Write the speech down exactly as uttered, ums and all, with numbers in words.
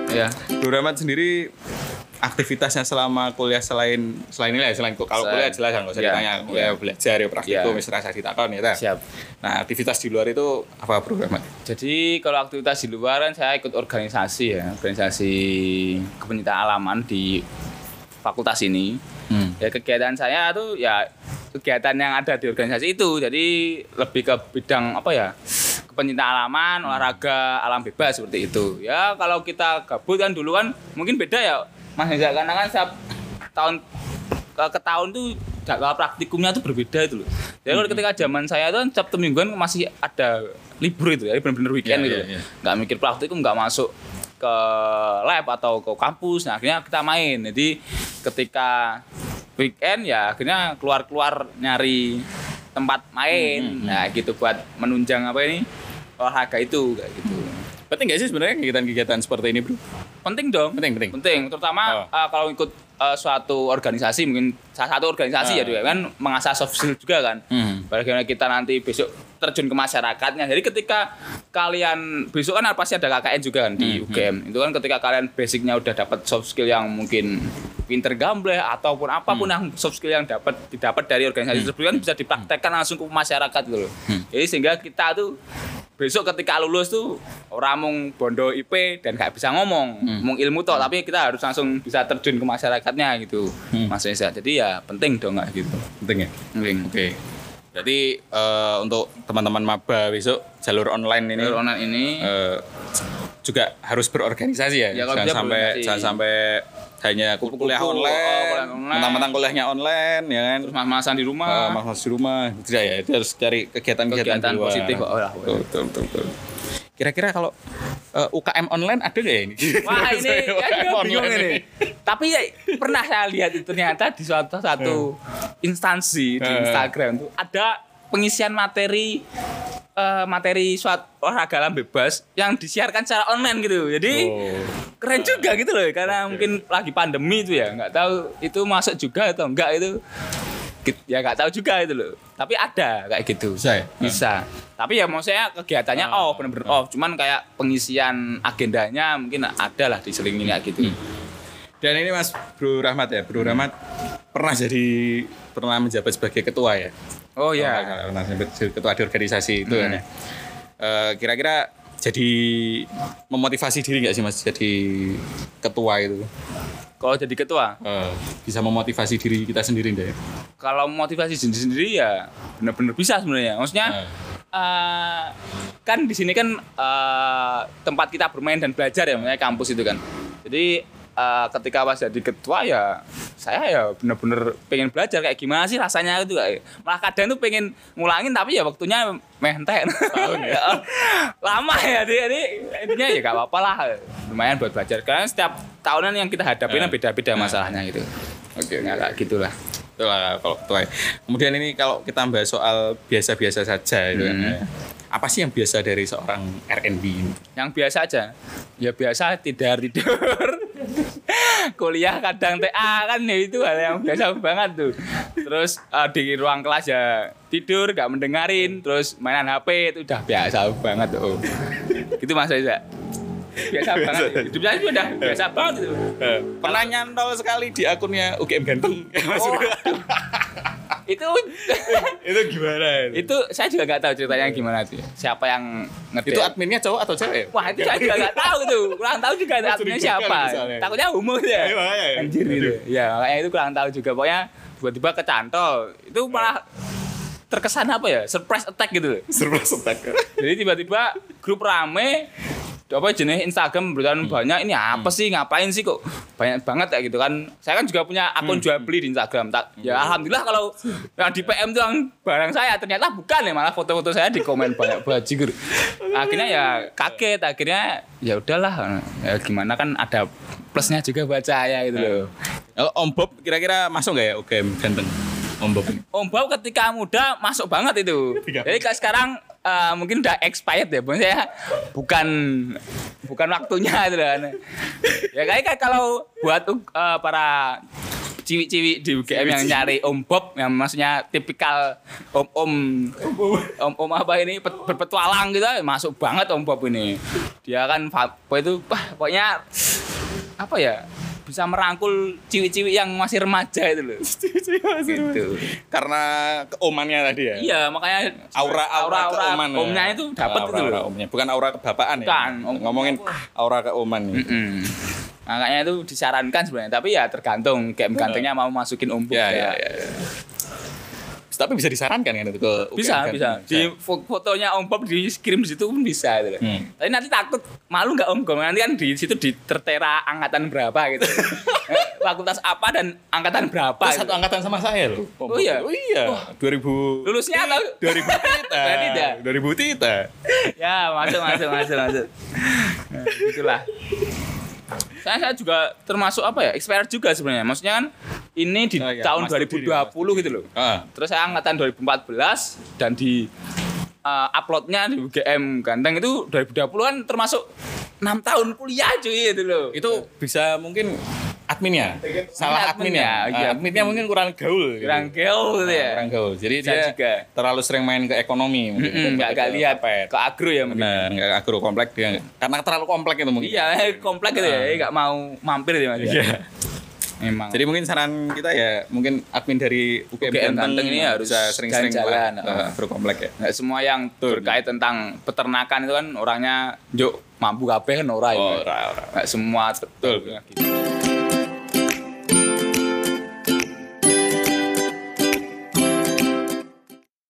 Ya. Bro Rahmat sendiri aktivitasnya selama kuliah selain selain ini ya, selain kalau kuliah jelas kan nggak usah ya, ditanya, kuliah ya. belajar ya praktikum, Ya. istirahat ditakon ya. Siap. Nah, aktivitas di luar itu apa Bro Rahmat? Jadi kalau aktivitas di luaran saya ikut organisasi ya, organisasi kepencintaan alaman di fakultas ini. Hmm. Ya kegiatan saya tuh ya kegiatan yang ada di organisasi itu. Jadi lebih ke bidang apa ya? Kepencintaan alaman, olahraga, alam bebas seperti itu. Ya kalau kita gabut kan dulu kan mungkin beda ya Mas Neza, karena kan setiap tahun ke, ke tahun tuh jadwal praktikumnya tuh berbeda itu loh. Jadi kalau ketika zaman saya tuh Sabtu mingguan masih ada libur itu ya, benar-benar weekend yeah, gitu. yeah, yeah. Nggak mikir praktikum, nggak masuk ke lab atau ke kampus. Nah, akhirnya kita main. Jadi ketika weekend ya akhirnya keluar-keluar nyari tempat main. Hmm, hmm, hmm. Nah, gitu buat menunjang apa ini? Olahraga itu kayak gitu. Penting nggak sih sebenarnya kegiatan-kegiatan seperti ini, Bro? Penting dong. Penting, penting. Penting, terutama oh. uh, kalau ikut uh, suatu organisasi, mungkin salah satu organisasi uh. ya juga kan mengasah soft skill juga kan. Hmm. Bagaimana kita nanti besok terjun ke masyarakatnya. Jadi ketika kalian besok kan pasti ada K K N juga kan di hmm. U G M. Itu kan ketika kalian basicnya udah dapat soft skill yang mungkin pinter gamble ataupun apapun hmm. yang soft skill yang dapat didapat dari organisasi tersebut hmm. kan bisa dipraktekkan langsung ke masyarakat gitu loh. Hmm. Jadi sehingga kita tuh besok ketika lulus tuh orang mung bondo I P dan gak bisa ngomong, hmm. mung ilmu toh, hmm. tapi kita harus langsung bisa terjun ke masyarakatnya gitu, hmm. Mas Neza. Jadi ya penting dong nggak gitu. Penting ya. Penting. Oke. Okay. Jadi uh, untuk teman-teman maba besok jalur online ini, jalur online ini uh, juga harus berorganisasi ya. Ya jangan sampai jangan sampai hanya kuliah Kupu, online, oh, online. mentang-mentang kuliahnya online, ya kan? Terus mas-masan di rumah, uh, mas-mas di rumah, tidak ya? Itu harus cari kegiatan-kegiatan kegiatan positif. Oh, lah, betul, betul, betul, betul. Kira-kira kalau uh, U K M online ada nggak ya ini? Wah ini, ya, bingung ini. Tapi ya, pernah saya lihat itu ternyata di suatu satu instansi di Instagram tuh ada pengisian materi. Uh, materi suatu olahraga alam bebas yang disiarkan secara online gitu. Jadi oh. keren juga gitu loh karena okay. mungkin lagi pandemi itu ya, nggak tahu itu masuk juga atau enggak itu. Ya nggak tahu juga itu loh. Tapi ada kayak gitu. Bisa. Ya? Bisa. Hmm. Tapi ya mau saya kegiatannya oh, off bener-bener off. Cuman kayak pengisian agendanya mungkin ada lah diselingin kayak gitu. Hmm. Dan ini Mas Bro Rahmat ya, Bro Rahmat pernah jadi pernah menjabat sebagai ketua ya. Oh iya, pernah menjadi ketua di organisasi itu hmm. kan ya. Uh, kira-kira jadi memotivasi diri nggak sih Mas jadi ketua itu? Kalau jadi ketua, uh, bisa memotivasi diri kita sendiri enggak ya? Kalau motivasi sendiri sendiri ya benar-benar bisa sebenarnya. Maksudnya uh. Uh, kan di sini kan uh, tempat kita bermain dan belajar ya, maksudnya kampus itu kan. Jadi Uh, ketika pas jadi ketua ya saya ya bener-bener pengen belajar kayak gimana sih rasanya itu kayak malah kadang tuh pengen ngulangin tapi ya waktunya mentek tahun ya lama ya jadi intinya ya gak apa-apa lah lumayan buat belajar karena setiap tahunan yang kita hadapin uh. beda-beda masalahnya gitu. Oke okay, ya kayak gitulah. Itulah kalau ketua. Kemudian ini kalau kita bahas soal biasa-biasa saja itu hmm. kan. Apa sih yang biasa dari seorang R and B ini? Yang biasa aja. Ya biasa tidur-tidur. Kuliah kadang T A kan ya itu hal yang biasa banget tuh. Terus uh, di ruang kelas ya tidur, gak mendengarin, terus mainan H P itu udah biasa banget tuh. Gitu Mas Reza. Biasa, biasa banget. Hidup saya itu udah biasa banget itu. Pernah nyantol sekali di akunnya U G M Ganteng. Oh, itu itu gimana? Itu saya juga nggak tahu ceritanya gimana tuh. Siapa yang ngerti? Itu adminnya cowok atau cewek? Wah itu saya juga nggak tahu tuh. Kurang tahu juga adminnya siapa. Takutnya umur ya. Anjir gitu. Ya makanya itu kurang tahu juga. Pokoknya tiba-tiba kecantol. Itu malah terkesan apa ya? Surprise attack gitu. Surprise attack. Jadi tiba-tiba grup rame. Apa jenis Instagram beritaan hmm. banyak ini apa hmm. sih ngapain sih kok banyak banget kayak gitu kan. Saya kan juga punya akun hmm. jual beli di Instagram. Tak, ya hmm. alhamdulillah kalau yang di P M tuh yang barang saya ternyata bukan ya, malah foto-foto saya di komen banyak bajigur. Akhirnya ya kaget, akhirnya ya udahlah ya gimana kan ada plusnya juga buat saya gitu loh. Oh, Om Bob kira-kira masuk enggak ya U G M Ganteng? Om Bob ini. Om Bob ketika muda masuk banget itu. Jadi sekarang uh, mungkin udah expired ya, maksudnya bukan bukan waktunya itu kan. Ya kayak kalau buat uh, para ciwi-ciwi di U G M yang nyari Om Bob yang maksudnya tipikal om-om om-om apa ini berpetualang gitu masuk banget Om Bob ini. Dia kan apa itu wah, pokoknya apa ya? Bisa merangkul ciwi-ciwi yang masih remaja itu loh. Ciwi-ciwi masih Gitu. Karena keomannya tadi ya. Iya, makanya Aura aura, aura keoman. ya. omnya itu dapat Aura- itu aura loh. omnya. Bukan aura kebapaan Bukan, ya. om- Ngomongin aura keoman nih. Mm-mm. Makanya itu disarankan sebenarnya, tapi ya tergantung kayak gantengnya mau masukin umpuk Ya, ya. ya, ya. Tapi bisa disarankan kan itu ke U G M Bisa, kan? bisa. Di fo- fotonya Om Bob dikirim di situ pun bisa gitu. Hmm. Tapi nanti takut malu nggak Om Bob? Nanti kan di situ ditertera angkatan berapa gitu. Eh, Fakultas apa dan angkatan berapa? Terus gitu. satu angkatan sama saya loh. Oh iya? Oh iya. dua ribu Lulusnya atau dua ribu Tita. Berarti tidak? dua ribu Tita. Ya, masuk masuk masuk masuk. Nah, itulah. Saya, saya juga termasuk apa ya? Expert juga sebenarnya. Maksudnya kan ini di Oh, iya. tahun Mas dua ribu dua puluh gitu loh. Ah. Terus saya angkatan dua ribu empat belas dan di uh, uploadnya di U G M Ganteng itu dua ribu dua puluh kan termasuk enam tahun kuliah cuy itu loh. Itu bisa mungkin adminnya. Salah Adminnya, adminnya. iya. Ah, adminnya mungkin kurang gaul. gitu. Kurang gaul gitu Ah, ya. kurang gaul. Jadi Bisa dia juga. terlalu sering main ke ekonomi mungkin. Mm-mm, nggak nggak Ke lihat Papet. ke agro ya mungkin. Benar, nggak agro komplek dia. Karena terlalu komplek itu mungkin. Iya, komplek gitu ya. Nggak mau mampir gitu Mas. Iya. Memang. Jadi mungkin saran kita ya mungkin admin dari U G M, U G M Ganteng ini harus bisa sering-sering jalan-jalan. lah, uh, berkomplek ya. nggak semua yang Betul. berkait tentang peternakan itu kan orangnya juk mampu kabeh kan ora Oh, ya. ora, ora. Nggak semua betul.